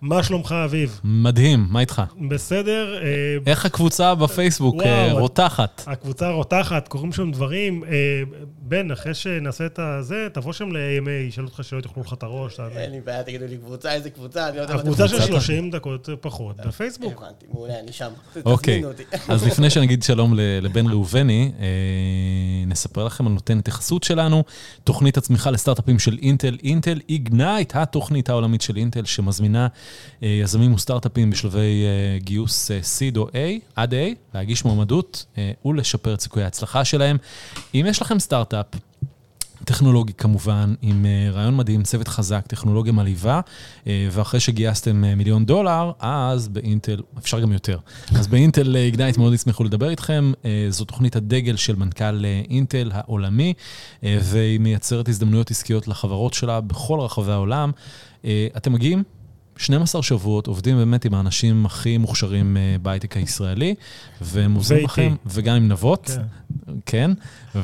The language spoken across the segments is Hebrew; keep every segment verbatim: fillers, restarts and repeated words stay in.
מה שלומך, אביב? מדהים, מה איתך? בסדר. איך הקבוצה בפייסבוק רותחת? הקבוצה רותחת, קוראים שם דברים. בן, אחרי שנעשה את זה, תבוא שם ל-איי אם איי, ישאלו אותך שלא תאכלו לך את הראש. אין לי בעיה, תגידו לי קבוצה, איזה קבוצה? הקבוצה של שלושים דקות פחות, בפייסבוק. הבנתי, מעולה, אני שם. אוקיי, אז לפני שנגיד שלום לבן ראובני, נספר לכם על נותן התייחסות שלנו, תוכנית הצמיחה לסטארט-אפים של אינטל, אינטל איגנייט, התוכנית העולמית של אינטל, שמזמינה יזמים וסטארט-אפים בשלבי גיוס סיד או A, עד A, להגיש מועמדות ולשפר את סיכויי ההצלחה שלהם. אם יש לכם סטארט-אפ, טכנולוגי כמובן, עם רעיון מדהים, צוות חזק, טכנולוגיה מלאיבה, ואחרי שגייסתם מיליון דולר, אז באינטל, אפשר גם יותר. אז באינטל איגנייט מאוד ישמחו לדבר איתכם, זו תוכנית הדגל של מנכ"ל אינטל העולמי, והיא מייצרת הזדמנויות עסקיות לחברות שלה בכל רחבי העולם. אתם מגיעים? שנים עשר שבועות, עובדים באמת עם האנשים הכי מוכשרים בהייטק הישראלי, והם עוזרים לכם, וגם עם נבות, כן,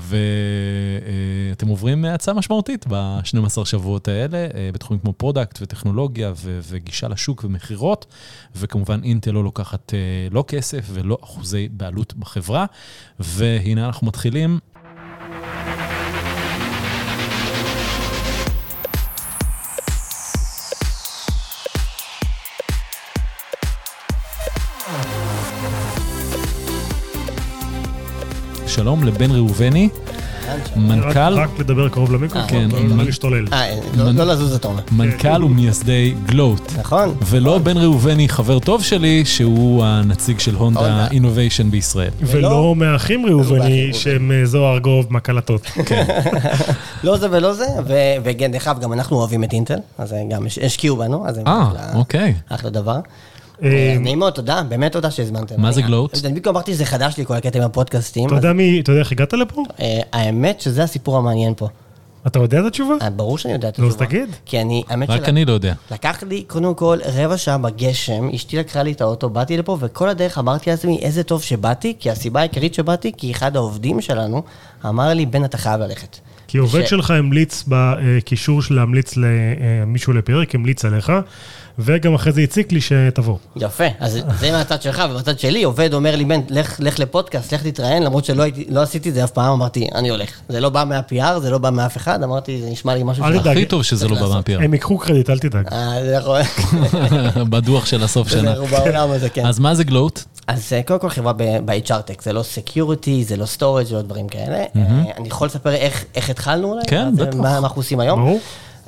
ואתם עוברים הצעה משמעותית ב-שנים עשר שבועות האלה, בתחומים כמו פרודקט וטכנולוגיה, וגישה לשוק ומחירות, וכמובן אינטל לא לוקחת לא כסף ולא אחוזי בעלות בחברה, והנה אנחנו מתחילים. שלום לבן ראובני, מנכ"ל... רק לדבר קרוב למיקרופון, כן, לא להשתולל. לא לזוז את אומר. מנכ"ל ומייסדי גלוט. נכון. ולא בן ראובני, חבר טוב שלי, שהוא הנציג של הונדה אינוביישן בישראל. ולא מהאחים ראובני, שהם זוהר גוב מקלטות. לא זה ולא זה, וכן, דרך גם אנחנו אוהבים את אינטל, אז גם השקיעו בנו, אז אה, אוקיי. אחלה דבר. נעים מאוד, תודה, באמת תודה שהזמנתם. מה זה גלוט? אני בדיוק אמרתי שזה חדש לי, כל הקטע עם הפודקאסטים. אתה יודע מי, אתה יודע איך הגעת לפה? האמת שזה הסיפור המעניין פה. אתה יודע את התשובה? ברור שאני יודע את התשובה. לא, אז תגיד. כי אני, האמת רק אני לא יודע. לקח לי, קודם כל, רבע שעה בגשם, אשתי לקחה לי את האוטו, באתי לפה, וכל הדרך אמרתי לעצמי, איזה טוב שבאתי, כי הסיבה העיקרית שבאתי, כי אחד העובדים שלנו אמר לי, בן, אתה חייב ללכת. כי עובד שלך המליץ בקישור של להמליץ למישהו לפרק, המליץ עליך, וגם אחרי זה הציק לי שתבוא. יפה, אז זה מהצד שלך, ובצד שלי עובד אומר לי, בן, לך, לך לפודקאסט, לך תתראיין, למרות שלא הייתי, לא עשיתי את זה אף פעם, אמרתי, אני הולך. זה לא בא מה-פי אר, זה לא בא מאף אחד, אמרתי, זה נשמע לי משהו שלך. הכי טוב שזה לא בא מה-פי אר. הם יקחו קרדיט, אל תדאג. אה, זה יכול... בדוח של הסוף שנה. זה בעולם הזה, כן. אז מה זה גלוט? אז קודם כל חברה ב-אייץ' אר Tech, זה לא security, זה לא storage, זה לא דברים כאלה. אני יכול לספר איך התחלנו אולי? כן, בטח. מה אנחנו עושים היום? ברור.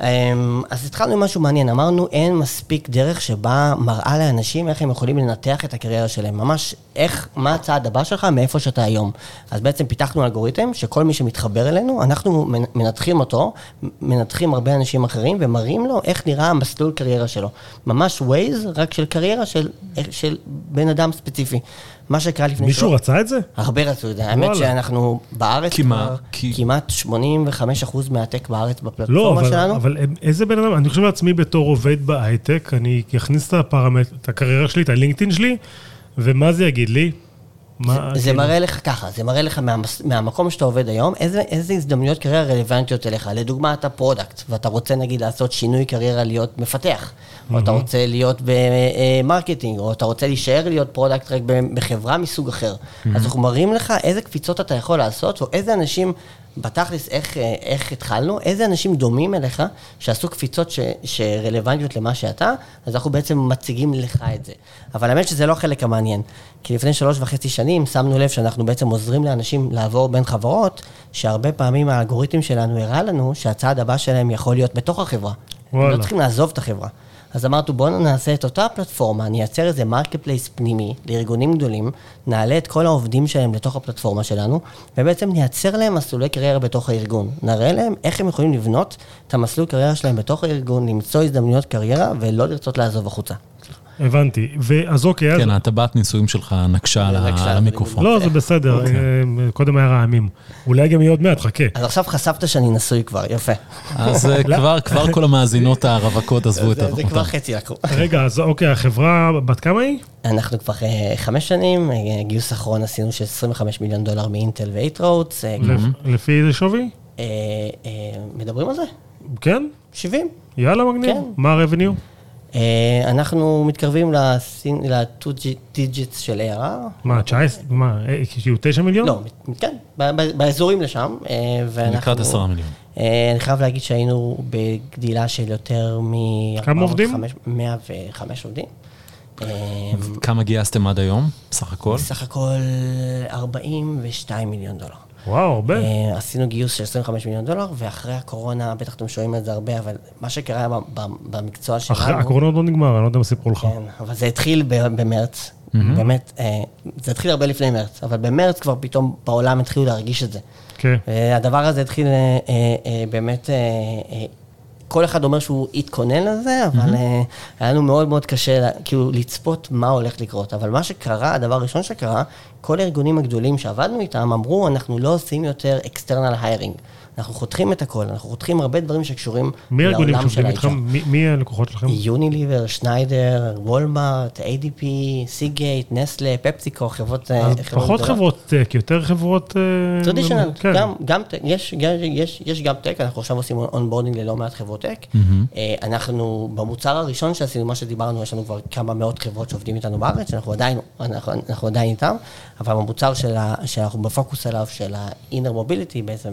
אז התחלנו עם משהו מעניין, אמרנו אין מספיק דרך שבה מראה לאנשים איך הם יכולים לנתח את הקריירה שלהם, ממש איך, מה הצעד הבא שלך מאיפה שאתה היום. אז בעצם פיתחנו אלגוריתם שכל מי שמתחבר אלינו, אנחנו מנתחים אותו, מנתחים הרבה אנשים אחרים ומראים לו איך נראה המסלול קריירה שלו. ממש ווייז, רק של קריירה של, של בן אדם ספציפי. מה שקרה לפני מישהו שוב, רצה את זה? הרבה רצו את זה. האמת שאנחנו בארץ כבר כי... כמעט שמונים וחמישה אחוז מהטק בארץ בפלטפורמה לא, שלנו. אבל, אבל איזה בן אדם? אני חושב לעצמי בתור עובד בהייטק, אני אכניס את הפרמט, את הקריירה שלי, את הלינקדאין שלי, ומה זה יגיד לי? זה, זה מראה לך ככה, זה מראה לך מהמס, מהמקום שאתה עובד היום, איזה, איזה הזדמנויות קריירה רלוונטיות אליך. לדוגמה, אתה פרודקט, ואתה רוצה נגיד לעשות שינוי קריירה להיות מפתח, mm-hmm. או אתה רוצה להיות במרקטינג, או אתה רוצה להישאר להיות פרודקט רק בחברה מסוג אחר. Mm-hmm. אז אנחנו מראים לך איזה קפיצות אתה יכול לעשות, או איזה אנשים, בתכלס איך, איך התחלנו, איזה אנשים דומים אליך, שעשו קפיצות ש, שרלוונטיות למה שאתה, אז אנחנו בעצם מציגים לך את זה. אבל האמת שזה לא החלק המעניין. כי לפני שלוש וחצי שנים שמנו לב שאנחנו בעצם עוזרים לאנשים לעבור בין חברות, שהרבה פעמים האלגוריתם שלנו הראה לנו שהצעד הבא שלהם יכול להיות בתוך החברה. הם לא צריכים לעזוב את החברה. אז אמרנו, בואו נעשה את אותה פלטפורמה, נייצר איזה מרקטפלייס פנימי לארגונים גדולים, נעלה את כל העובדים שלהם לתוך הפלטפורמה שלנו, ובעצם נייצר להם מסלולי קריירה בתוך הארגון. נראה להם איך הם יכולים לבנות את המסלול קריירה שלהם בתוך הארגון, למצוא הזדמנויות קריירה ולא לרצות לעזוב החוצה. הבנתי, ואז אוקיי, כן, הטבעת ניסויים שלך נקשה על המיקרופון. לא, זה בסדר, קודם היה רעמים. אולי גם יהיה עוד מעט, חכה. אז עכשיו חשפת שאני נשוי כבר, יפה. אז כבר כל המאזינות הרווקות עזבו את אותה. זה כבר חצי לקחו. רגע, אז אוקיי, החברה בת כמה היא? אנחנו כבר חמש שנים, גיוס אחרון עשינו של עשרים וחמישה מיליון דולר מאינטל ואיטרוטס. לפי איזה שווי? מדברים על זה? כן? שבעים. יאללה, מגניב. מה הרבניו? אנחנו מתקרבים ל-two digits של A R R. מה, תשע עשרה? מה, שיהיו תשע מיליון? לא, כן, באזורים לשם. לקראת עשרה מיליון. אני חייב להגיד שהיינו בגדילה של יותר מ... כמה עובדים? מאה וחמש עובדים. כמה גייסתם עד היום, סך הכל? סך הכל ארבעים ושתיים מיליון דולר. וואו, הרבה. עשינו גיוס של עשרים וחמישה מיליון דולר, ואחרי הקורונה, בטח אתם שומעים את זה הרבה, אבל מה שקרה במקצוע שלנו... אחרי הקורונה לא נגמר, אני לא יודע מה סיפרו לך. כן, אבל זה התחיל במרץ, באמת, זה התחיל הרבה לפני מרץ, אבל במרץ כבר פתאום בעולם התחילו להרגיש את זה. כן. הדבר הזה התחיל באמת... כל אחד אומר שהוא התכונן לזה, אבל היה לנו מאוד מאוד קשה, כאילו, לצפות מה הולך לקרות. אבל מה שקרה, הדבר הראשון שקרה, כל הארגונים הגדולים שעבדנו איתם, אמרו, אנחנו לא עושים יותר external hiring. אנחנו חותכים את הכל, אנחנו חותכים הרבה דברים שקשורים לעולם של ה-אייץ' אר. מי הלקוחות שלכם? יוניליבר, שניידר, וולמארט, איי די פי, סיגייט, נסלה, פפסיקו, חברות... פחות חברות טק, יותר חברות... טרדישנל, גם טק, יש גם טק, אנחנו עכשיו עושים אונבורדינג ללא מעט חברות טק. אנחנו, במוצר הראשון שעשינו, מה שדיברנו, יש לנו כבר כמה מאות חברות שעובדים איתנו בארץ, שאנחנו עדיין איתם, אבל במוצר שאנחנו בפוקוס עליו, של ה-inner mobility, בעצם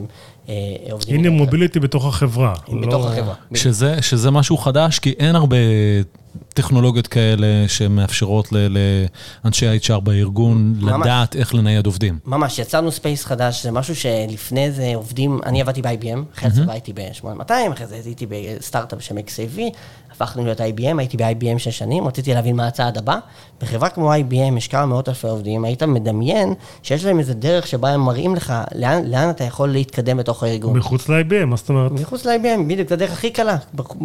הנה מוביליטי בתוך החברה. בתוך החברה. שזה, שזה משהו חדש, כי אין הרבה טכנולוגיות כאלה שמאפשרות לאנשי ה-אייץ' אר בארגון לדעת איך לנייד עובדים. ממש, יצרנו ספייס חדש, זה משהו שלפני זה עובדים, אני עבדתי ב-איי בי אם, אחרי זה הייתי ב-שמונה מאות מאתיים, אחרי זה הייתי בסטארט-אפ של אקס איי וי, הפכנו להיות איי בי אם, הייתי ב-איי בי אם שש שנים, רציתי להבין מה הצעד הבא. בחברה כמו איי בי אם יש כמה מאות אלפי עובדים, היית מדמיין שיש להם איזה דרך שבה הם מראים לך לאן, לאן אתה יכול להתקדם בתוך הארגון. מחוץ ל-איי בי אם, מה זאת אומרת? מחוץ ל-איי בי אם, בדיוק, זה הדרך הכי קלה.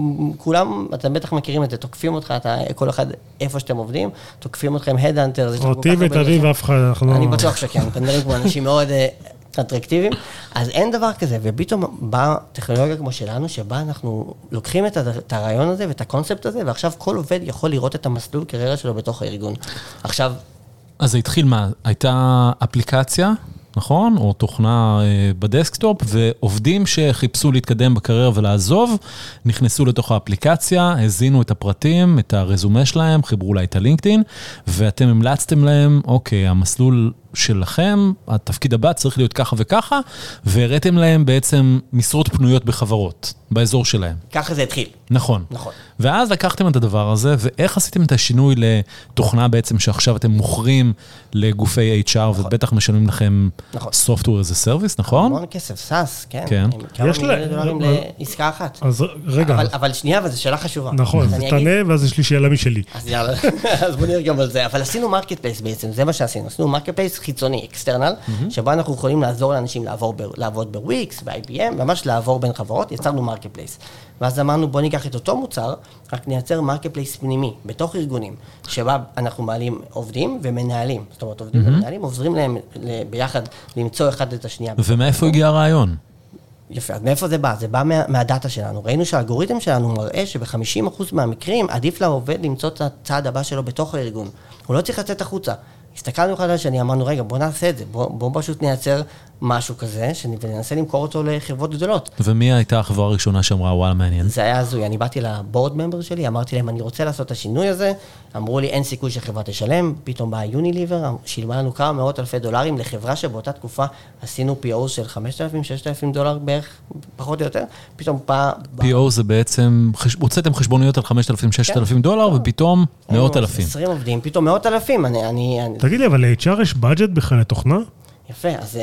כולם, אתם בטח מכירים את זה, תוקפים אותך, אתה, כל אחד איפה שאתם עובדים, תוקפים אתכם הדהנטר. אותי ואת אביב ואף אחד, אנחנו... אני בטוח שכן, אתם נראים כמו אנשים מאוד אטרקטיביים, אז אין דבר כזה, ופתאום באה טכנולוגיה כמו שלנו, שבה אנחנו לוקחים את הרעיון הזה ואת הקונספט הזה, ועכשיו כל עובד יכול לראות את המסלול קריירה שלו בתוך הארגון. עכשיו... אז זה התחיל מה? הייתה אפליקציה, נכון? או תוכנה בדסקטופ, ועובדים שחיפשו להתקדם בקריירה ולעזוב, נכנסו לתוך האפליקציה, הזינו את הפרטים, את הרזומה שלהם, חיברו אולי את הלינקדאין, ואתם המלצתם להם, אוקיי, המסלול שלכם, התפקיד הבא צריך להיות ככה וככה, והראיתם להם בעצם משרות פנויות בחברות, באזור שלהם. ככה זה התחיל. נכון. נכון. ואז לקחתם את הדבר הזה, ואיך עשיתם את השינוי לתוכנה בעצם שעכשיו אתם מוכרים לגופי אייץ' אר, נכון. ובטח משלמים לכם נכון. Software as a Service, נכון? המון כסף, סאס, כן. כן. כמה מיליון דולרים לעסקה אחת. אז רגע. אבל, אבל שנייה, וזו שאלה חשובה. נכון, אז תענה, ואז יש לי שאלה משלי. אז יאללה, אז בוא נראה גם על זה. אבל עשינו מרקט פלייס בעצם, זה מה שעשינו. עשינו מרקט פלייס חיצוני, אקסטרנל, שבה אנחנו יכולים לעזור לאנשים לעבוד בוויקס, ב-איי בי אם, ממש לעבור בין חברות, יצרנו מרקט פלייס. ואז אמרנו, בוא ניקח את אותו מוצר, רק נייצר מרקט פלייס פנימי, בתוך ארגונים, שבה אנחנו מעלים עובדים ומנהלים. זאת אומרת, עובדים ומנהלים, עוזרים להם ביחד למצוא אחד את השנייה. ומאיפה הגיע הרעיון? יפה, אז מאיפה זה בא? זה בא מה, מהדאטה שלנו. ראינו שהאלגוריתם שלנו מראה שב-חמישים אחוז מהמקרים עדיף לעובד למצוא את הצעד הבא שלו בתוך הארגון. הוא לא צריך לצאת החוצה. הסתכלנו אחד על השני, אמרנו, רגע, בוא נעשה את זה, בוא, בוא פשוט נייצר משהו כזה, וננסה למכור אותו לחברות גדולות. ומי הייתה החברה הראשונה שאמרה, וואלה, מעניין? זה היה הזוי, אני באתי לבורד ממבר שלי, אמרתי להם, אני רוצה לעשות את השינוי הזה, אמרו לי, אין סיכוי שחברה תשלם, פתאום באה יוניליבר, שילמה לנו כמה מאות אלפי דולרים לחברה שבאותה תקופה עשינו פי או של חמשת אלפים, ששת אלפים דולר בערך, פחות או יותר, פתאום בא... פי או זה בעצם, הוצאתם חשבוניות על חמשת אלפים, ששת אלפים דולר, ופתאום מאות אלפים. עשרים עובדים, פתאום מאות אלפים, אני... תגיד לי, אבל ל-אייץ' אר יש בדג'ט בכלל לתוכנה? יפה, אז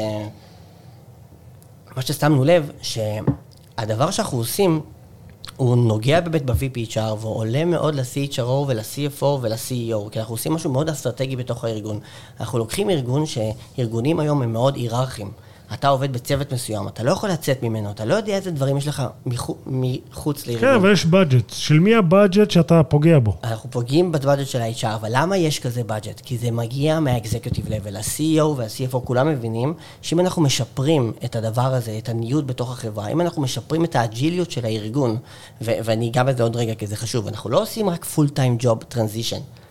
מה ששמנו לב, שהדבר שאנחנו עושים, הוא נוגע באמת ב-וי פי אייץ' אר, והוא עולה מאוד ל-סי אייץ' אר או ול-סי אף או ול-סי אי או, כי אנחנו עושים משהו מאוד אסטרטגי בתוך הארגון. אנחנו לוקחים ארגון שארגונים היום הם מאוד היררכיים. אתה עובד בצוות מסוים, אתה לא יכול לצאת ממנו, אתה לא יודע איזה דברים יש לך מחוץ לארגון. כן, אבל יש בדג'ט. של מי הבדג'ט שאתה פוגע בו? אנחנו פוגעים בבדג'ט של ה-אייץ' אר, אבל למה יש כזה בדג'ט? כי זה מגיע מה-Executive Level. ה-סי אי או וה-סי אף או כולם מבינים שאם אנחנו משפרים את הדבר הזה, את הניוד בתוך החברה, אם אנחנו משפרים את האג'יליות של הארגון, ו- ואני אגע בזה עוד רגע כי זה חשוב, אנחנו לא עושים רק full time job transition.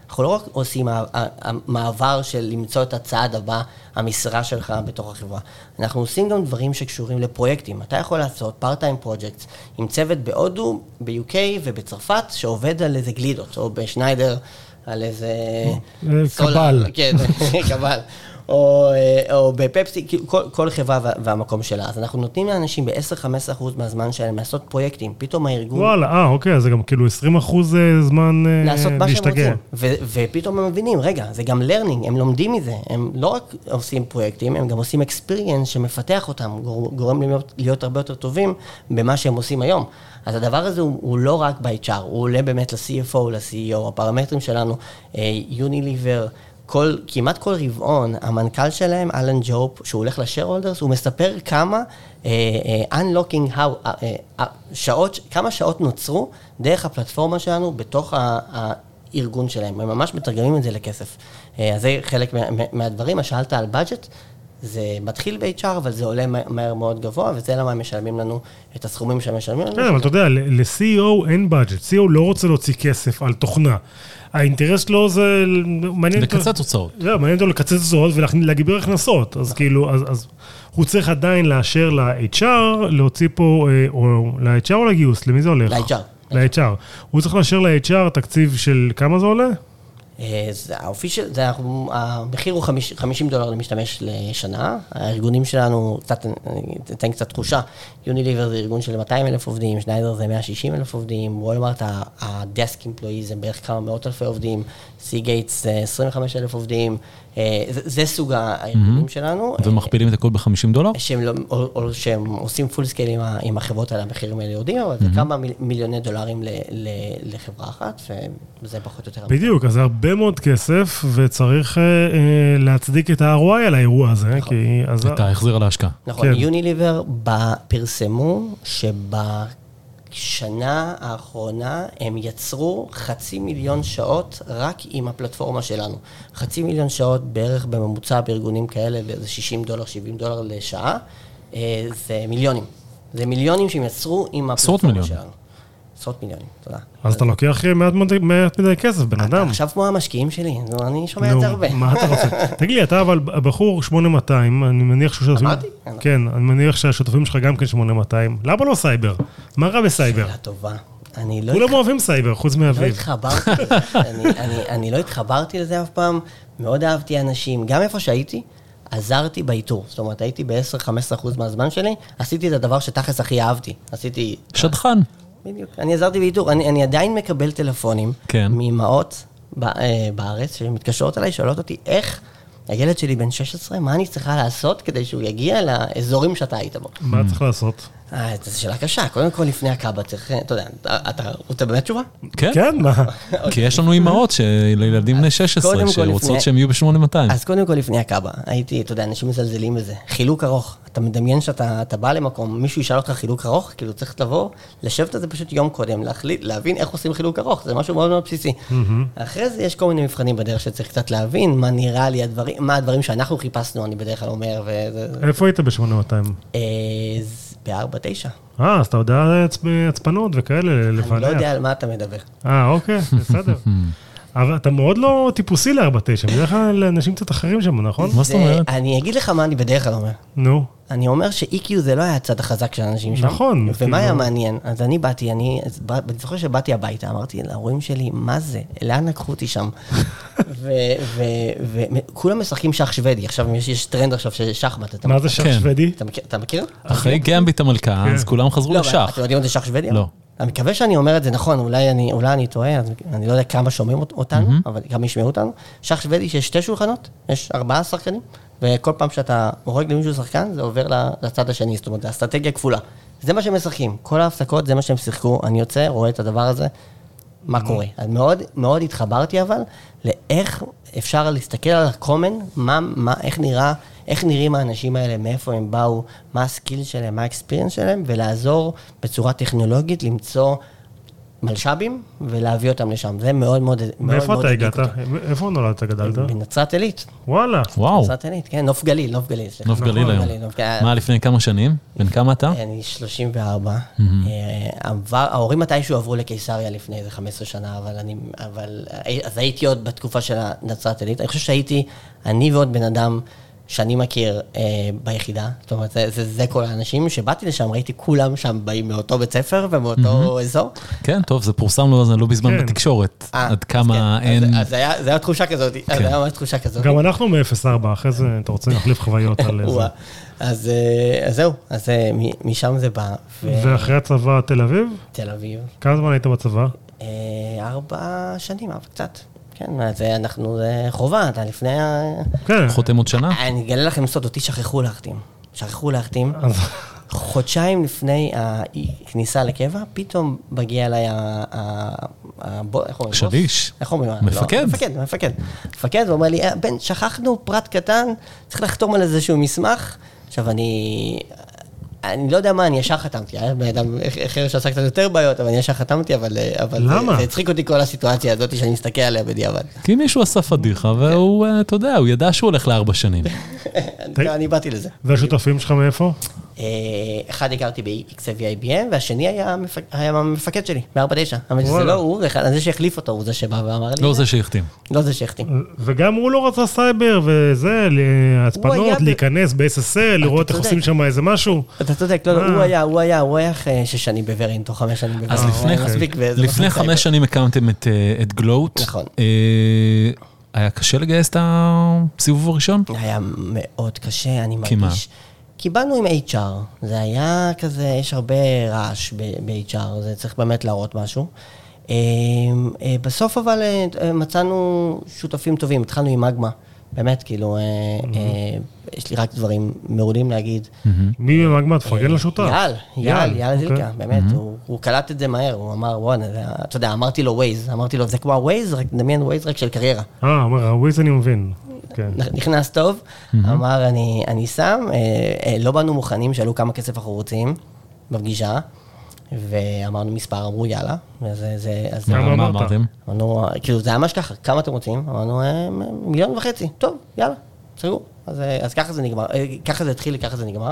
אנחנו לא רק עושים המעבר של למצוא את הצעד הבא, המשרה שלך בתוך החברה. אנחנו עושים גם דברים שקשורים לפרויקטים. אתה יכול לעשות part-time projects עם צוות בהודו, ב-יו קיי ובצרפת, שעובד על איזה גלידות, או בשניידר, על איזה... קבל. כן, קבל. או, או בפפסי, כל, כל חברה והמקום שלה. אז אנחנו נותנים לאנשים ב-עשר עד חמש עשרה אחוז מהזמן שלהם לעשות פרויקטים. פתאום הארגון... וואלה, אה, אוקיי, אז זה גם כאילו עשרים אחוז זמן לעשות מה שהם להשתגע. רוצים. ו- ופתאום הם מבינים, רגע, זה גם learning, הם לומדים מזה. הם לא רק עושים פרויקטים, הם גם עושים experience שמפתח אותם, גורם להיות, להיות הרבה יותר טובים במה שהם עושים היום. אז הדבר הזה הוא, הוא לא רק ב-אייץ' אר, הוא עולה באמת ל-סי אף או, ל-סי אי או, הפרמטרים שלנו, יוניליבר, כל, כמעט כל רבעון, המנכ"ל שלהם, אלן ג'ופ, שהוא הולך ל-shareholders, הוא מספר כמה uh, uh, unlocking how, uh, uh, שעות, כמה שעות נוצרו דרך הפלטפורמה שלנו בתוך הארגון שלהם. הם ממש מתרגמים את זה לכסף. Uh, אז זה חלק מה, מהדברים. שאלת על budget, זה מתחיל ב-אייץ' אר, אבל זה עולה מהר מאוד גבוה, וזה למה הם משלמים לנו את הסכומים שהם משלמים לנו. כן, אבל אתה יודע, ל-סי אי או אין budget. סי אי או לא רוצה להוציא כסף על תוכנה. האינטרס שלו זה... לקצץ הוצאות. זהו, מעניין אותו לקצץ הוצאות ולהגביר הכנסות. אז כאילו, אז הוא צריך עדיין לאשר ל-אייץ' אר, להוציא פה, או ל-אייץ' אר או לגיוס? למי זה הולך? ל-אייץ' אר. ל-אייץ' אר. הוא צריך לאשר ל-אייץ' אר תקציב של כמה זה עולה? המחיר הוא חמישים דולר למשתמש לשנה, הארגונים שלנו, תתן קצת תחושה, יוניליבר זה ארגון של מאתיים אלף עובדים, שניידר זה מאה ושישים אלף עובדים, וולמארט, הדסק אמפלואי זה בערך כמה מאות אלפי עובדים, סי-גייטס זה עשרים וחמישה אלף עובדים, זה סוג הארגונים שלנו. ומכפילים את הכל ב-חמישים דולר? או שהם עושים פול סקייל עם החברות על המחירים האלה יודעים, אבל זה כמה מיליוני דולרים לחברה אחת, וזה פחות או יותר. בדיוק, אז זה הרבה מאוד כסף, וצריך להצדיק את ה-אר או איי על האירוע הזה. את ההחזיר על ההשקעה. נכון, יוניליבר פרסמו שבשנה האחרונה הם יצרו חצי מיליון שעות רק עם הפלטפורמה שלנו. חצי מיליון שעות בערך בממוצע בארגונים כאלה, באיזה שישים דולר, שבעים דולר לשעה, זה מיליונים. זה מיליונים שהם יצרו עם הפלטפורמה שלנו. עשרות מיליונים, תודה. אז אתה לוקח מעט מדי כסף, בן אדם. אתה עכשיו כמו המשקיעים שלי, אני שומע את זה הרבה. מה אתה רוצה? תגיד לי, אתה אבל בחור שמונה מאתיים, אני מניח שהשותפים... אמרתי? כן, אני מניח שהשותפים שלך גם כן שמונה מאתיים. למה לא סייבר? מה רע בסייבר? שאלה טובה. כולם אוהבים סייבר, חוץ מאביב. אני לא התחברתי לזה אף פעם, מאוד אהבתי אנשים, גם איפה שהייתי, עזרתי באיתור. זאת אומרת, הייתי ב-עשר עד חמש עשרה אחוז מהזמן שלי, עשיתי את הדבר שתכלס הכי אהבתי. עשיתי... שדכן. בדיוק. אני עזרתי באיתור. אני, אני עדיין מקבל טלפונים כן. מאמהות בארץ שמתקשרות עליי, שואלות אותי איך הילד שלי בן שש עשרה, מה אני צריכה לעשות כדי שהוא יגיע לאזורים שאתה היית בו. מה צריך לעשות? אה, זו שאלה קשה. קודם כל לפני הקאבה צריך, אתה יודע, אתה רוצה באמת תשובה? כן. כן, מה? כי יש לנו אימהות לילדים בני שש עשרה שרוצות שהם יהיו ב-שמונה מאתיים. אז קודם כל לפני הקאבה, הייתי, אתה יודע, אנשים מזלזלים בזה. חילוק ארוך. אתה מדמיין שאתה בא למקום, מישהו ישאל אותך חילוק ארוך, כאילו צריך לבוא, לשבת את זה פשוט יום קודם, להחליט, להבין איך עושים חילוק ארוך. זה משהו מאוד מאוד בסיסי. אחרי זה יש כל מיני מבחנים בדרך שצריך קצת להבין מה נראה לי הדברים, מה הדברים שאנחנו חיפשנו, אני בדרך כלל אומר. איפה היית ב-שמונה מאתיים? ב-ארבע תשע. אה, אז אתה יודע הצפנות וכאלה לפענח. אני לא יודע על מה אתה מדבר. אה, אוקיי, בסדר. אבל אתה מאוד לא טיפוסי ל-ארבע תשע, בדרך כלל אנשים קצת אחרים שם, נכון? מה זאת אומרת? אני אגיד לך מה אני בדרך כלל אומר. נו. אני אומר ש-אי קיו זה לא היה הצד החזק של האנשים שם. נכון. ומה היה מעניין? אז אני באתי, אני זוכר שבאתי הביתה, אמרתי להורים שלי, מה זה? לאן לקחו אותי שם? וכולם משחקים שח שוודי. עכשיו יש טרנד עכשיו של שחמט. מה זה שח שוודי? אתה מכיר? אחרי גמביט המלכה, אז כולם חזרו לשח. אתם יודעים מה זה שח שוודי? לא. אני מקווה שאני אומר את זה נכון, אולי אני, אולי אני טועה, אז אני לא יודע כמה שומעים אותנו, mm-hmm. אבל כמה ישמעו אותנו. שח שוודי שיש שתי שולחנות, יש ארבעה שחקנים, וכל פעם שאתה הורג למישהו שחקן, זה עובר לצד השני, זאת אומרת, זה אסטרטגיה כפולה. זה מה שהם משחקים, כל ההפסקות זה מה שהם שיחקו, אני יוצא, רואה את הדבר הזה, מה קורה. אז מאוד, מאוד התחברתי אבל, לאיך אפשר להסתכל על הקומן, מה, מה, איך נראה, איך נראים האנשים האלה, מאיפה הם באו, מה הסקיל שלהם, מה האקספיריאנס שלהם, ולעזור בצורה טכנולוגית למצוא מלשבים ולהביא אותם לשם. זה מאוד מאוד... מאיפה אתה הגעת? איפה נולדת, גדלת? בנצרת עילית. וואלה. וואו. נצרת עילית, כן, נוף גליל, נוף גליל. נוף גליל היום. מה, לפני כמה שנים? בין כמה אתה? אני שלושים וארבע. ההורים מתישהו עברו לקיסריה לפני איזה חמש עשרה שנה, אבל אני... אז הייתי עוד בתקופה של נצרת עילית. אני חושב שהייתי, אני ועוד בן אדם שאני מכיר אה, ביחידה, זאת אומרת, זה, זה, זה כל האנשים שבאתי לשם, ראיתי כולם שם באים מאותו בית ספר ומאותו mm-hmm. אזור. כן, טוב, זה פורסם לו, לא בזמן כן. בתקשורת, 아, עד כמה כן. אין... אז, אז זה היה, זה היה תחושה כזאת, כן. אז זה היה ממש תחושה כזאת. גם אנחנו מ-אפס ארבע, אחרי זה אתה רוצה להחליף חוויות על זה. אז, אז זהו, אז משם זה בא. ו... ואחרי הצבא תל אביב? תל אביב. כמה זמן היית בצבא? אה, ארבע שנים, אבל קצת. כן, אז אנחנו, זה חובה, אתה לפני... כן. חותם עוד שנה? אני אגלה לכם סוד, אותי שכחו להחתים. שכחו להחתים. חודשיים לפני הכניסה לקבע, פתאום מגיע אליי ה... שליש. איך אומרים? מפקד. מפקד, מפקד. מפקד, ואומר לי, בן, שכחנו פרט קטן, צריך לחתום על איזשהו מסמך. עכשיו, אני... אני לא יודע מה, אני ישר חתמתי, היה באדם אחר שעשה קצת יותר בעיות, אבל אני ישר חתממתי, אבל... למה? זה הצחיק אותי כל הסיטואציה הזאת שאני מסתכל עליה בדיעבד. כי מישהו עשה פדיחה, והוא, אתה יודע, הוא ידע שהוא הולך לארבע שנים. אני באתי לזה. והשותפים שלך מאיפה? אחד הכרתי ב-X A V I B M, והשני היה המפקד שלי, ב-ארבע תשע. זה לא הוא, זה שהחליף אותו, הוא זה שבא ואמר לי. לא זה שהחתים. לא זה שהחתים. וגם הוא לא רצה סייבר, וזה, הצפנות, להיכנס ב-אס אס אל, לראות איך עושים שם איזה משהו. אתה צודק, לא, הוא היה, הוא היה, הוא היה שש שנים בוורין, תוך חמש שנים בוורין. אז לפני חמש שנים הקמתם את גלוט. נכון. היה קשה לגייס את הסיבוב הראשון? היה מאוד קשה, אני מרגיש. כי באנו עם אייץ' אר, זה היה כזה, יש הרבה רעש ב-אייץ' אר, זה צריך באמת להראות משהו. בסוף אבל מצאנו שותפים טובים, התחלנו עם מגמה, באמת, כאילו, יש לי רק דברים מעולים להגיד. מי במגמה? תפרגן לשותף. יאל, יאל, יאל זילקה, באמת, הוא קלט את זה מהר, הוא אמר, וואו, אתה יודע, אמרתי לו ווייז, אמרתי לו, זה כמו הווייז, רק נדמיין ווייז רק של קריירה. אה, אומר, הווייז אני מבין. נכנס טוב, אמר, אני שם, לא באנו מוכנים, שאלו כמה כסף אנחנו רוצים בפגישה, ואמרנו מספר, אמרו יאללה. מה אמרתם? אמרנו, כאילו זה היה ממש ככה, כמה אתם רוצים? אמרנו, מיליון וחצי, טוב, יאללה, סגור. אז ככה זה נגמר, ככה זה התחיל, ככה זה נגמר.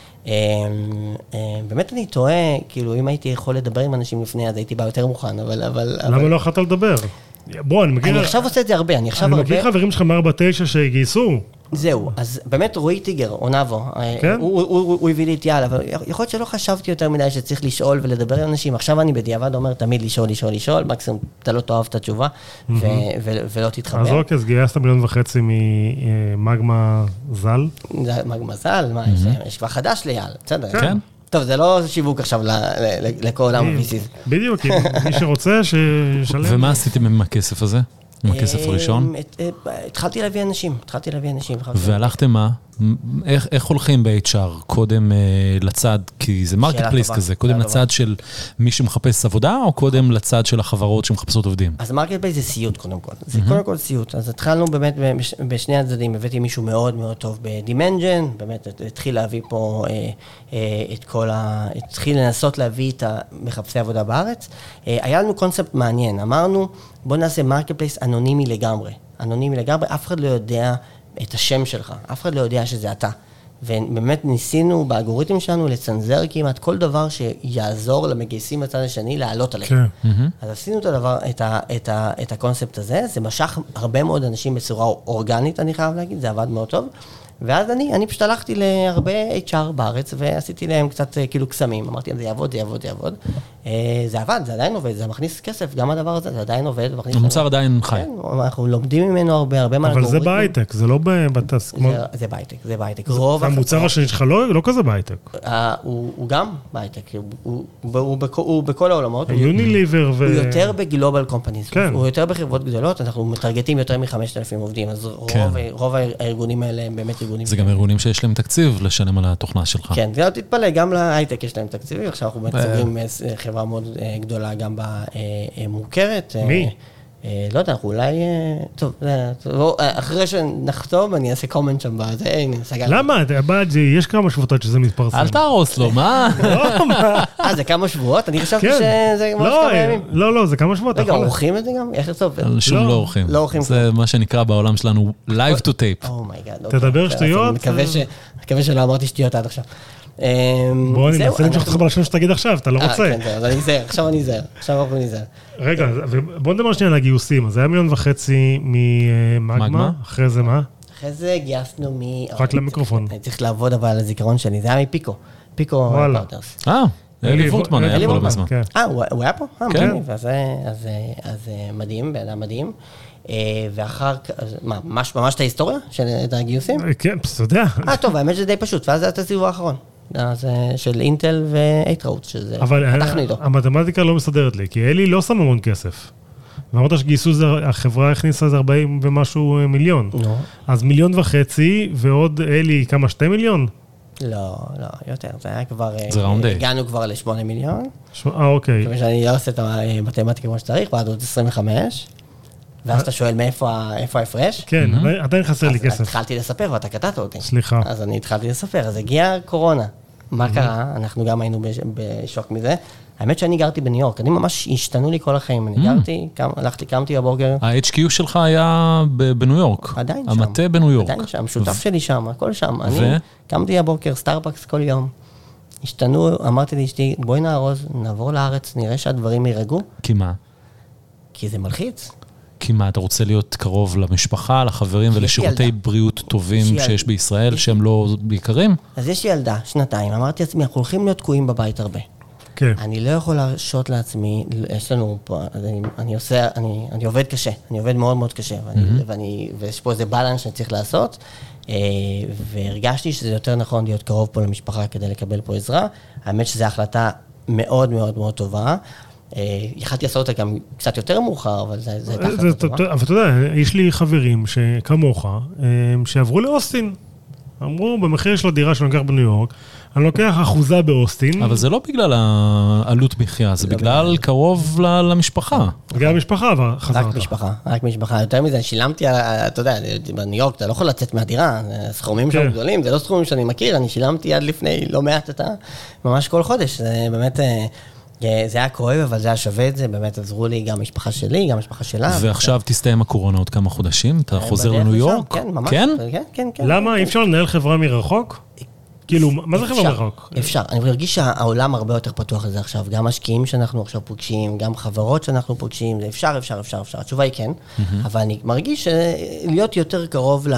באמת אני טועה, כאילו אם הייתי יכול לדבר עם אנשים לפני, אז הייתי בא יותר מוכן, אבל... למה לא יכולת לדבר? בוא, אני מכיר... אני עכשיו עושה את זה הרבה, אני עכשיו הרבה... אני מכיר חברים שלך מ-ארבע תשע שהגייסו. זהו, אז באמת רועי טיגר, עונבו, הוא הביא לי את יאללה, אבל יכול להיות שלא חשבתי יותר מדי שצריך לשאול ולדבר עם אנשים, עכשיו אני בדיעבד אומר תמיד לשאול, לשאול, לשאול, מקסימום אתה לא תאהב את התשובה ולא תתחבר. אז אוקיי, אז גייסת מיליון וחצי ממגמה זל? מגמה זל, מה, יש כבר חדש ליאל, בסדר. כן. טוב, זה לא שיווק עכשיו לכל עולם ה-וי סי'ס. בדיוק, מי שרוצה שישלם. ומה עשיתם עם הכסף הזה? עם הכסף הראשון? התחלתי להביא אנשים, התחלתי להביא אנשים. והלכתם מה? איך הולכים ב-אייץ' אר? קודם לצד, כי זה מרקט פלייס כזה, קודם לצד של מי שמחפש עבודה, או קודם לצד של החברות שמחפשות עובדים? אז מרקט פלייס זה סיוט קודם כל. זה קודם כל סיוט. אז התחלנו באמת בשני הצדדים, הבאתי מישהו מאוד מאוד טוב בדימנג'ן, באמת התחיל להביא פה את כל ה... התחיל לנסות להביא את המחפשי עבודה בארץ. היה לנו קונספט מעניין, אמרנו, בוא נעשה מרקט פלייס אנונימי לגמרי. אנונימי לגמרי, אף אחד לא יודע את השם שלך, אף אחד לא יודע שזה אתה. ובאמת ניסינו באלגוריתם שלנו לצנזר כמעט כל דבר שיעזור למגייסים בצד השני לעלות עליהם. כן. אז עשינו את הדבר, את ה, את ה, את הקונספט הזה, זה משך הרבה מאוד אנשים בצורה אורגנית, אני חייב להגיד, זה עבד מאוד טוב. ואז אני, אני פשוט הלכתי להרבה אייץ' אר בארץ, ועשיתי להם קצת כאילו קסמים. אמרתי להם, זה יעבוד, זה יעבוד, זה יעבוד. זה עבד, זה עדיין עובד, זה מכניס כסף, גם הדבר הזה, זה עדיין עובד. המוצר עדיין חי. כן, אנחנו לומדים ממנו הרבה, הרבה מה... אבל זה בהייטק, זה לא בטס. זה בהייטק, זה בהייטק. המוצר השני שלך לא כזה בהייטק. הוא גם בהייטק, הוא בכל העולמות. יוניליבר ו... הוא יותר בגלובל קומפניז. הוא יותר בחברות גדולות, אנחנו מטרגטים יותר מ-חמשת אלפים עובדים, אז רוב הארגונים האלה הם באמת ארגונים. זה גם ארגונים שיש להם תקציב לשלם על התוכנה שלך. כן, זה לא תתפלא, גם להייטק יש להם תקציבים, עכשיו אנחנו מצגרים חברה מאוד גדולה גם במוכרת. מי? לא יודע, אולי, טוב, אחרי שנחתום, אני אעשה קומנט שם בזה, הנה, סגר. למה? יש כמה שבועות שזה מתפרסם. אל תהרוס לו, מה? אה, זה כמה שבועות? אני חשבתי שזה ממש כמה ימים. לא, לא, זה כמה שבועות. רגע, עורכים את זה גם? איך לצוף? שום לא עורכים. לא עורכים. זה מה שנקרא בעולם שלנו live to tape. תדבר שטויות. אני מקווה שלא אמרתי שטויות עד עכשיו. בוא, אני ננסה למשוך אותך בלשון שתגיד עכשיו, אתה לא רוצה. כן, אז אני אזהר, עכשיו אני אזהר, עכשיו אנחנו נזהר. רגע, בוא נדבר שנייה על הגיוסים, אז זה היה מיליון וחצי ממגמה, אחרי זה מה? אחרי זה גייסנו מ... רק למיקרופון. אני צריך לעבוד אבל על הזיכרון שלי, זה היה מפיקו, פיקו פארטנרס. אה, אלי וורטמן היה פה לא בזמן. אה, הוא היה פה? אה, כן. מגניב, אז מדהים, באדם מדהים. ואחר כך, מה, ממש את ההיסטוריה של הגיוסים? כן, אתה יודע. אה, טוב, האמת שזה די פשוט, ואז זה את הסיבוב האחרון. של אינטל ואייטראוט, שזה... אבל המתמטיקה לא מסדרת לי, כי אלי לא שם המון כסף. ואמרת שגייסו, החברה הכניסה איזה ארבעים ומשהו מיליון. אז מיליון וחצי, ועוד אלי כמה, שתי מיליון? לא, לא, יותר. זה היה כבר... זה ראונד איי. הגענו כבר לשמונה מיליון. אה, אוקיי. כמובן שאני לא עושה את המתמטיקה כמו שצריך, ועד עוד עשרים וחמש. ואז אתה שואל מאיפה ההפרש? כן, עדיין חסר לי כסף. אז התחלתי לספר ואתה קטעת אותי. סליחה. אז אני התחלתי לספר, אז הגיעה קורונה. מה קרה? אנחנו גם היינו בשוק מזה. האמת שאני גרתי בניו יורק, אני ממש השתנו לי כל החיים. אני גרתי, הלכתי, קמתי בבוקר. ה-אייץ' קיו שלך היה בניו יורק. עדיין שם. המטה בניו יורק. עדיין שם, שותף שלי שם, הכל שם. אני קמתי בבוקר, סטארבקס כל יום. השתנו, אמרתי לאשתי, בואי נארוז, נעבור לארץ, נראה שהדברים יירגעו. כי מה? כי זה מלחיץ. כי מה, אתה רוצה להיות קרוב למשפחה, לחברים ולשירותי בריאות טובים שיש בישראל, שהם לא בעיקרים? אז יש לי ילדה, שנתיים, אמרתי לעצמי, אנחנו הולכים להיות תקועים בבית הרבה. כן. אני לא יכול להרשות לעצמי, יש לנו פה, אני, אני עושה, אני, אני עובד קשה, אני עובד מאוד מאוד קשה, ואני, mm-hmm. ואני, ויש פה איזה בלנס שאני צריך לעשות, והרגשתי שזה יותר נכון להיות קרוב פה למשפחה כדי לקבל פה עזרה. האמת שזו החלטה מאוד מאוד מאוד טובה. יכלתי לעשות אותה גם קצת יותר מאוחר, אבל זה הייתה החלטה טובה. אבל אתה יודע, יש לי חברים שכמוך, שעברו לאוסטין. אמרו, במחיר של הדירה שאני לוקח בניו יורק, אני לוקח אחוזה באוסטין. אבל זה לא בגלל העלות מחיה, זה בגלל קרוב למשפחה. בגלל המשפחה, אבל חזרת. רק משפחה, רק משפחה. יותר מזה, שילמתי, אתה יודע, בניו יורק אתה לא יכול לצאת מהדירה, סכומים שם גדולים, זה לא סכומים שאני מכיר, אני שילמתי עד לפני לא מעט, אתה ממש כל חודש, זה באמת... זה היה כואב, אבל זה היה שווה את זה, באמת עזרו לי גם המשפחה שלי, גם המשפחה שלה. ועכשיו תסתיים הקורונה עוד כמה חודשים, אתה חוזר לניו יורק? כן, ממש. כן? כן, כן. למה? אי אפשר לנהל חברה מרחוק? כאילו, מה זה חברה מרחוק? אפשר, אני מרגיש שהעולם הרבה יותר פתוח לזה עכשיו, גם משקיעים שאנחנו עכשיו פוגשים, גם חברות שאנחנו פוגשים, זה אפשר, אפשר, אפשר, אפשר. התשובה היא כן, אבל אני מרגיש שלהיות יותר קרוב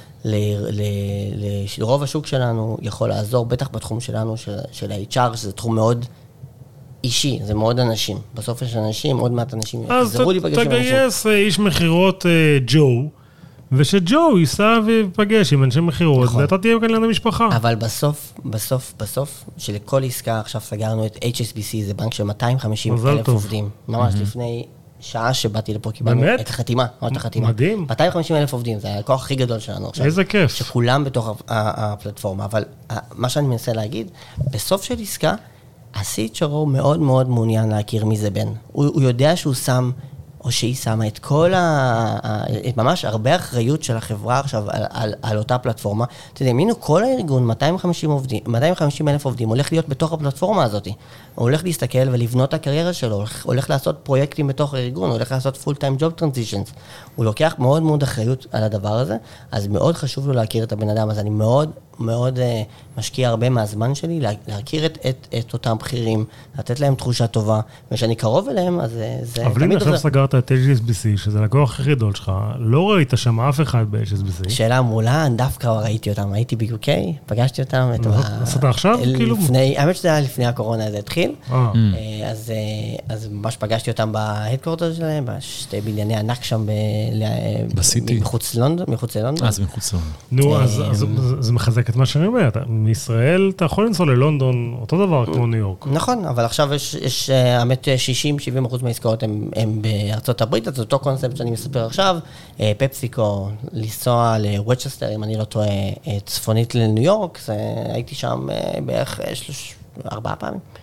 לרוב השוק שלנו יכול לעזור, בטח בתחום שלנו, של ה-אייץ' אר, שזה תחום מאוד... אישי, זה מאוד אנשים. בסוף יש אנשים, עוד מעט אנשים יחזרו להיפגש עם אנשים. אז תגייס איש מחירות ג'ו, ושג'ו ייסע ויפגש עם אנשי מחירות, ואתה תהיה כאן ליד המשפחה. אבל בסוף, בסוף, בסוף, שלכל עסקה עכשיו סגרנו את אייץ' אס בי סי, זה בנק של מאתיים וחמישים אלף עובדים. ממש לפני שעה שבאתי לפה, קיבלנו את החתימה, את החתימה. מדהים. מאתיים וחמישים אלף עובדים, זה הכוח הכי גדול שלנו עכשיו. איזה כיף. שכולם בתוך הפלטפורמה. אבל מה שאני מנסה להגיד, בסוף של עסקה, ה-סי אייץ' אר מאוד מאוד מעוניין להכיר מי זה בן. הוא, הוא יודע שהוא שם, או שהיא שמה את כל ה... את ממש הרבה אחריות של החברה עכשיו על, על, על אותה פלטפורמה. אתה יודע, מינו כל הארגון, מאתיים וחמישים עובדים, מאתיים וחמישים אלף עובדים, הולך להיות בתוך הפלטפורמה הזאת. הוא הולך להסתכל ולבנות את הקריירה שלו, הולך, הולך לעשות פרויקטים בתוך הארגון, הוא הולך לעשות full time job transitions. הוא לוקח מאוד מאוד אחריות על הדבר הזה, אז מאוד חשוב לו להכיר את הבן אדם, אז אני מאוד... מאוד uh, משקיע הרבה מהזמן שלי, לה, להכיר את, את, את אותם בכירים, לתת להם תחושה טובה, ושאני קרוב אליהם, אז זה... אבל אם עכשיו סגרת את אייץ' אס בי סי, שזה לקוח הכי גדול שלך, לא ראית שם אף אחד ב-אייץ' אס בי סי? שאלה מולה, דווקא ראיתי אותם, הייתי ב-יו קיי, פגשתי אותם. עשית עכשיו? כאילו? האמת שזה היה לפני הקורונה, זה התחיל, אז, אז ממש פגשתי אותם בהדקורטר שלהם, בשתי בנייני ענק שם בסיטי. מחוץ ללונדון, מחוץ ללונדון. אז מחוץ ללונדון. נו, אז זה מחזק את מה שאני אומר, מישראל אתה יכול לנסוע ללונדון, אותו דבר כמו ניו יורק. נכון, אבל עכשיו יש, האמת, שישים שבעים אחוז מהעסקאות הם בארצות הברית, אז אותו קונספט שאני מספר עכשיו, פפסיקו, לנסוע לווצ'סטר, אם אני לא טועה, צפונית לניו יורק, הייתי שם בערך ארבעה פעמים.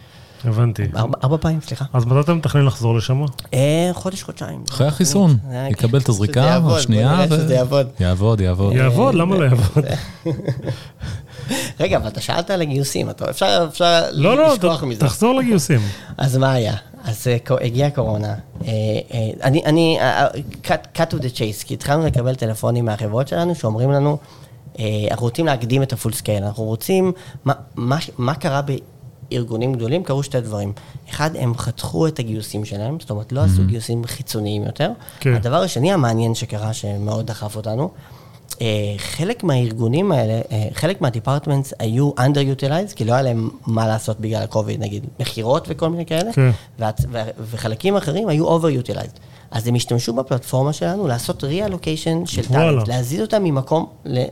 הבנתי. ארבע פעמים, סליחה. אז מתי אתה מתכנן לחזור לשם? חודש, חודשיים. אחרי החיסון, יקבל את הזריקה השנייה, שזה יעבוד. יעבוד, יעבוד. יעבוד, למה לא יעבוד? רגע, אבל אתה שאלת על הגיוסים, אפשר לשכוח מזה. תחזור לגיוסים. אז מה היה? אז הגיעה הקורונה. אני, אני, cut to the chase, כי התחלנו לקבל טלפונים מהחברות שלנו, שאומרים לנו, אנחנו רוצים להקדים את הפול סקייל, אנחנו רוצים, מה, מה, מה קרה בארגונים גדולים? קרו שתי דברים. אחד, הם חתכו את הגיוסים שלהם, זאת אומרת, לא עשו גיוסים חיצוניים יותר. הדבר השני, המעניין שקרה, שמאוד דחף אותנו, חלק מהארגונים האלה, חלק מהדיפרטמנטס היו underutilized, כי לא היה להם מה לעשות בגלל הקוביד, נגיד, מחירות וכל מיני כאלה, וחלקים אחרים היו overutilized. אז הם השתמשו בפלטפורמה שלנו לעשות reallocation של טאלנט, להזיז אותם ממקום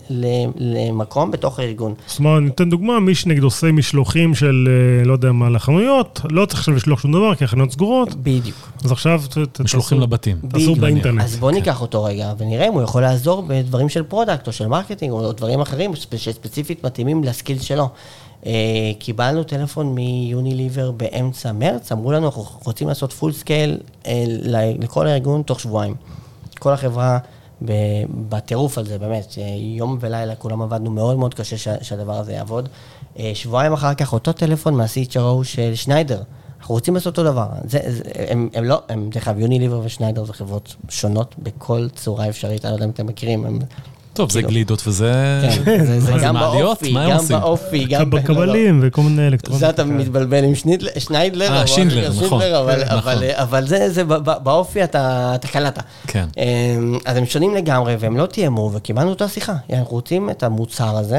למקום בתוך הארגון. זאת אומרת, ניתן דוגמה, מי שנגד עושה משלוחים של, לא יודע מה, לחנויות, לא צריך עכשיו לשלוח שום דבר, כי החנויות סגורות. בדיוק. אז עכשיו... משלוחים לבתים. תעשו באינטרנט. אז בוא ניקח אותו רגע, ונראה אם הוא יכול לעזור בדברים של פרודקט, או של מרקטינג, או דברים אחרים, שספציפית מתאימים לסקילס שלו. קיבלנו טלפון מיוניליבר באמצע מרץ, אמרו לנו, אנחנו רוצים לעשות פול סקייל לכל הארגון תוך שבועיים. כל החברה בטירוף על זה, באמת, יום ולילה כולם עבדנו מאוד מאוד קשה שהדבר הזה יעבוד. שבועיים אחר כך אותו טלפון מה-סי אייץ' אר או של שניידר, אנחנו רוצים לעשות אותו דבר. הם לא, הם דרך אגב, יוניליבר ושניידר זה חברות שונות בכל צורה אפשרית, אני לא יודע אם אתם מכירים, הם... טוב, זה גלידות וזה... זה גם באופי, גם באופי, גם... בקבלים וכל מיני אלקטרונים. זה אתה מתבלבל עם שניידלר. אה, שינדלר, נכון. אבל זה באופי אתה קלטת. כן. אז הם שונים לגמרי, והם לא תיאמו, וקיבלנו אותה שיחה. אנחנו רוצים את המוצר הזה,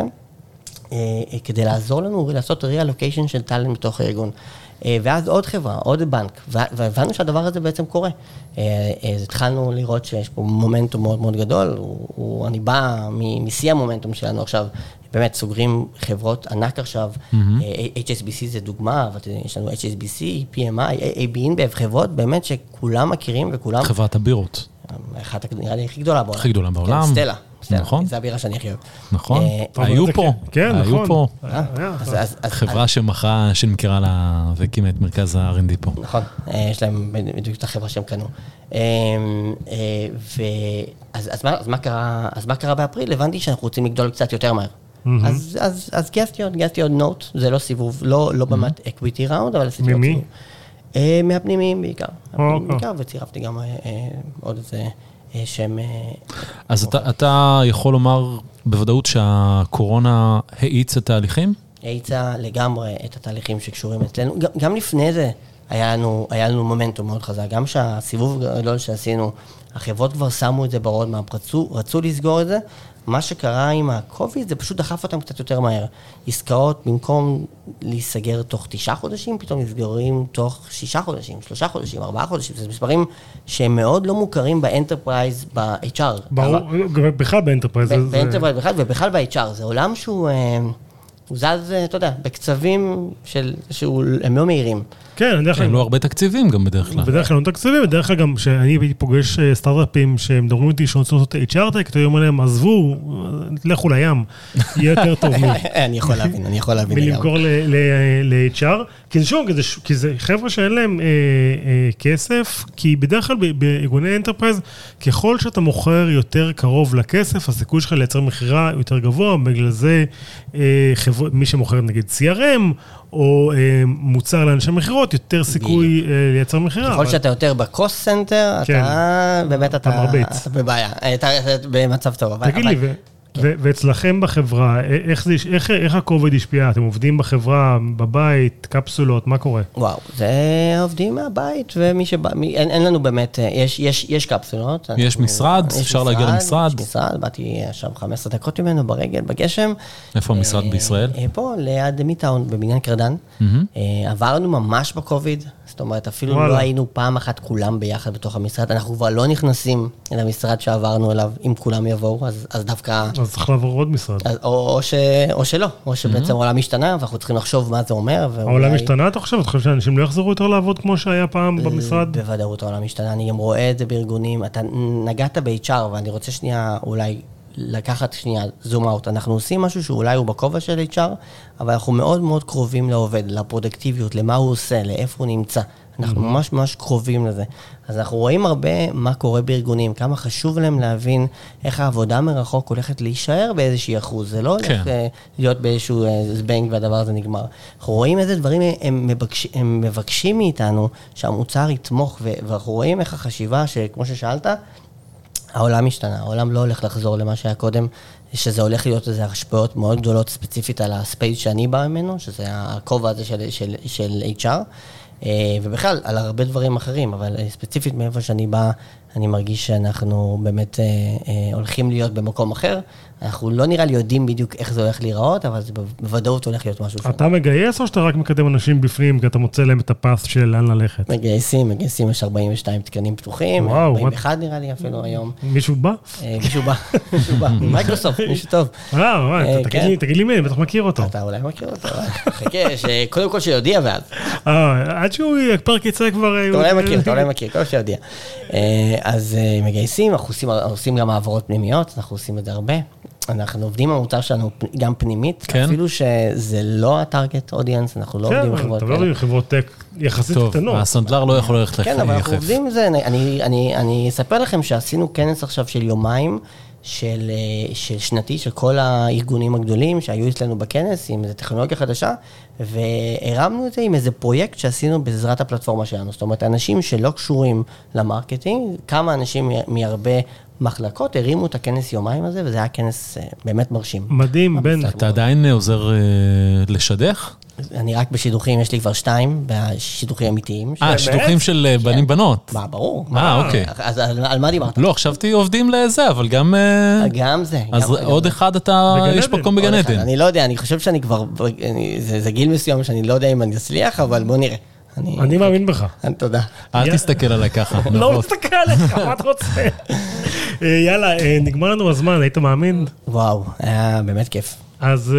כדי לעזור לנו לעשות reallocation של טאלנט בתוך הארגון. ואז עוד חברה, עוד בנק, והבנו שהדבר הזה בעצם קורה. אז התחלנו לראות שיש פה מומנטום מאוד מאוד גדול, אני בא משיא המומנטום שלנו עכשיו, באמת סוגרים חברות ענק עכשיו, אייץ' אס בי סי זה דוגמה, אבל יש לנו אייץ' אס בי סי, פי אם איי, איי בי אינבב, חברות באמת שכולם מכירים וכולם... חברת הבירות. אחת נראה לי הכי גדולה בעולם. הכי גדולה בעולם. סטלה. נכון. זה הבירה שאני הכי אוהב. נכון. היו פה. כן, נכון. היו פה. חברה שמכרה, שנמכרה לה והקימה את מרכז ה-אר אנד די פה. נכון. יש להם בדיוק את החברה שהם קנו. אז מה קרה באפריל? הבנתי שאנחנו רוצים לגדול קצת יותר מהר. אז גייסתי עוד, גייסתי עוד נוט. זה לא סיבוב, לא באמת אקוויטי ראונד, אבל עשיתי עוד סיבוב. מהפנימיים בעיקר. בעיקר, וצירפתי גם עוד איזה... שהם... אז אתה, אתה יכול לומר בוודאות שהקורונה האיץ את התהליכים? האיצה לגמרי את התהליכים שקשורים אצלנו. גם, גם לפני זה היה לנו, היה לנו מומנטום מאוד חזק. גם שהסיבוב הגדול שעשינו, החברות כבר שמו את זה ברודמאפ, רצו, רצו לסגור את זה. מה שקרה עם הקוביד, זה פשוט דחף אותם קצת יותר מהר. עסקאות, במקום להיסגר תוך תשעה חודשים, פתאום נסגרים תוך שישה חודשים, שלושה חודשים, ארבעה חודשים. זה מספרים שהם מאוד לא מוכרים באנטרפרייז, ב-אייץ' אר. ברור, בכלל באנטרפרייז. באנטרפרייז בכלל, ובכלל ב-אייץ' אר. זה עולם שהוא, הוא זז, אתה יודע, בקצבים שהם לא מהירים. כן, בדרך כלל... הם לא הרבה תקציבים גם בדרך כלל. בדרך כלל לא תקציבים, בדרך כלל גם שאני פוגש סטארט-אפים שמדברים איתי שרוצים לעשות אייץ' אר טק, תראו עליהם, עזבו, לכו לים, יהיה יותר טוב. אני יכול להבין, אני יכול להבין. מלמכור ל-אייץ' אר, כי זה שוב, כי זה חבר'ה שאין להם כסף, כי בדרך כלל בארגוני אנטרפרייז, ככל שאתה מוכר יותר קרוב לכסף, הסיכוי שלך לייצר מחירה יותר גבוה, בגלל זה מי שמוכר נגיד סי אר אם, או מוצר לאנשי מחירות, יותר סיכוי לייצר מחירה. ככל שאתה יותר בקוסט סנטר, אתה באמת אתה מרביץ. אתה בבעיה, אתה במצב טוב. תגיד לי, ואצלכם בחברה, איך הקוביד השפיע? אתם עובדים בחברה, בבית, קפסולות, מה קורה? וואו, זה עובדים מהבית, ומי שבא, אין לנו באמת, יש קפסולות. יש משרד, אפשר להגיע למשרד. יש משרד, באתי עכשיו חמש עשרה דקות ממנו ברגל, בגשם. איפה המשרד בישראל? פה, ליד מיטאון, בבניין קרדן. עברנו ממש בקוביד, זאת אומרת, אפילו לא היינו פעם אחת כולם ביחד בתוך המשרד, אנחנו כבר לא נכנסים אל המשרד שעברנו אליו, אם כולם יבואו, אז דווקא... אז צריך לעבור עוד משרד. או שלא, או שבעצם העולם משתנה, ואנחנו צריכים לחשוב מה זה אומר. העולם משתנה, אתה חושב? אתה חושב שאנשים לא יחזרו יותר לעבוד כמו שהיה פעם במשרד? בוודאות העולם משתנה, אני גם רואה את זה בארגונים, אתה נגעת ב-אייץ' אר, ואני רוצה שנייה אולי לקחת שנייה, זום אאוט. אנחנו עושים משהו שאולי הוא בכובע של אייץ' אר, אבל אנחנו מאוד מאוד קרובים לעובד, לפרודקטיביות, למה הוא עושה, לאיפה הוא נמצא. אנחנו ממש ממש קרובים לזה. אז אנחנו רואים הרבה מה קורה בארגונים, כמה חשוב להם להבין איך העבודה מרחוק הולכת להישאר באיזושהי אחוז. זה לא הולך להיות באיזשהו זבנג והדבר הזה נגמר. אנחנו רואים איזה דברים הם מבקשים, הם מבקשים מאיתנו שהמוצר יתמוך, ואנחנו רואים איך החשיבה שכמו ששאלת, העולם משתנה, העולם לא הולך לחזור למה שהיה קודם, שזה הולך להיות איזה השפעות מאוד גדולות ספציפית על הספייס שאני בא ממנו, שזה הכובע הזה של, של, של אייץ' אר, ובכלל על הרבה דברים אחרים, אבל ספציפית מאיפה שאני בא, אני מרגיש שאנחנו באמת הולכים להיות במקום אחר. אנחנו לא נראה לי יודעים בדיוק איך זה הולך להיראות, אבל זה בוודאות הולך להיות משהו שונה. אתה מגייס או שאתה רק מקדם אנשים בפנים, כי אתה מוצא להם את הפס של לאן ללכת? מגייסים, מגייסים, יש ארבעים ושתיים תקנים פתוחים, ארבעים ואחת נראה לי אפילו היום. מישהו בא? מישהו בא, מישהו בא, מייקרוסופט, מישהו טוב. אה, תגיד לי מי, בטח מכיר אותו. אתה אולי מכיר אותו, חכה, קודם כל שיודיע ואז. אה, עד שהוא פרק יצא כבר... אתה אולי מכיר, אתה אולי מכיר, כל שיודיע. אז מגייסים, אנחנו עושים גם העברות פנימיות, אנחנו עושים את זה הרבה. אנחנו עובדים עם המוצר שלנו גם פנימית, אפילו שזה לא הטארגט אודיאנס, אנחנו לא עובדים עם חברות כאלה. כן, אתה לא עובדים עם חברות טק יחסית קטנות. טוב, הסנדלר לא יכול ללכת יחף. כן, אבל אנחנו עובדים עם זה. אני אספר לכם שעשינו כנס עכשיו של יומיים, של שנתי, של כל הארגונים הגדולים שהיו אצלנו בכנס, עם איזו טכנולוגיה חדשה, והרמנו את זה עם איזה פרויקט שעשינו בעזרת הפלטפורמה שלנו. זאת אומרת, אנשים שלא קשורים למרקטינג, כמה אנשים מהרבה מחלקות הרימו את הכנס יומיים הזה, וזה היה כנס באמת מרשים. מדהים, בן. אתה עדיין עוזר לשדך? אני רק בשידוכים, יש לי כבר שתיים, בשידוכים אמיתיים. אה, שידוכים של בנים בנות. מה, ברור. אה, אוקיי. אז על מה דיברת? לא, חשבתי עובדים לזה, אבל גם... גם זה. אז עוד אחד אתה, יש מקום בגן עדן. אני לא יודע, אני חושב שאני כבר, זה גיל מסוים שאני לא יודע אם אני אצליח, אבל בוא נראה. אני מאמין בך. תודה. אל תסתכל עליי ככה. לא מסתכל עליך, מה אתה רוצה? יאללה, נגמר לנו הזמן, היית מאמין? וואו, היה באמת כיף. אז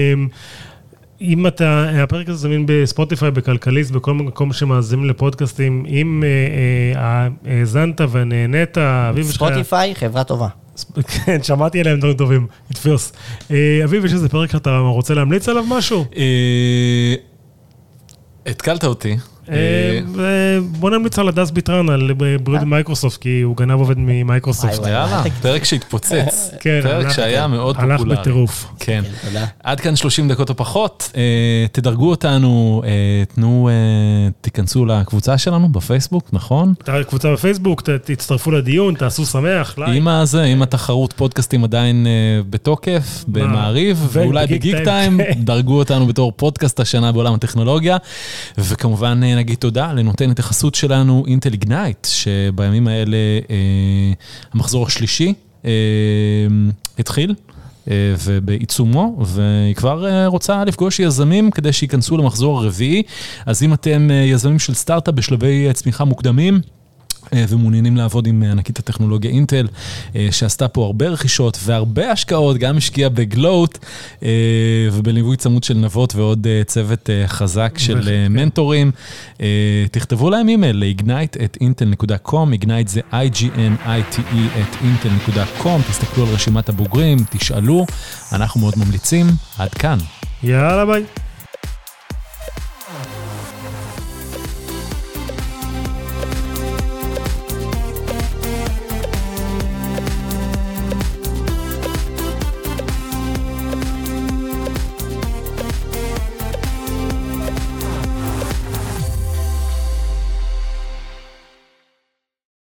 אם אתה, הפרק הזה זמין בספוטיפיי, בכלכליסט, בכל מקום שמאזינים לפודקאסטים, אם האזנת ונהנית, אביב יש לך... ספוטיפיי, חברה טובה. כן, שמעתי עליהם דברים טובים, התפוס. אביב, יש איזה פרק שאתה רוצה להמליץ עליו משהו? התקלת אותי. בוא נמליץ על הדס ביטרן, על בריאות מייקרוסופט, כי הוא גנב עובד ממייקרוסופט. יאללה, פרק שהתפוצץ. פרק שהיה מאוד פופולרי. הלך בטירוף. כן. עד כאן שלושים דקות או פחות. תדרגו אותנו, תנו, תיכנסו לקבוצה שלנו בפייסבוק, נכון? קבוצה בפייסבוק, תצטרפו לדיון, תעשו שמח. עם הזה, עם התחרות פודקאסטים עדיין בתוקף, במעריב, ואולי בגיק טיים, דרגו אותנו בתור פודקאסט השנה בעולם הטכנולוגיה, וכמובן נגיד תודה לנותנת החסות שלנו, אינטל איגנייט, שבימים האלה אה, המחזור השלישי אה, התחיל, אה, ובעיצומו, והיא כבר אה, רוצה לפגוש יזמים כדי שיכנסו למחזור הרביעי. אז אם אתם אה, יזמים של סטארט-אפ בשלבי צמיחה מוקדמים, ומעוניינים לעבוד עם ענקית הטכנולוגיה אינטל, שעשתה פה הרבה רכישות והרבה השקעות, גם השקיעה בגלוט, ובליווי צמוד של נבות ועוד צוות חזק של מנטורים. תכתבו להם אימייל ל-ignite at intel dot com, ignite זה I G N I T E at intel dot com, תסתכלו על רשימת הבוגרים, תשאלו, אנחנו מאוד ממליצים, עד כאן. יאללה ביי.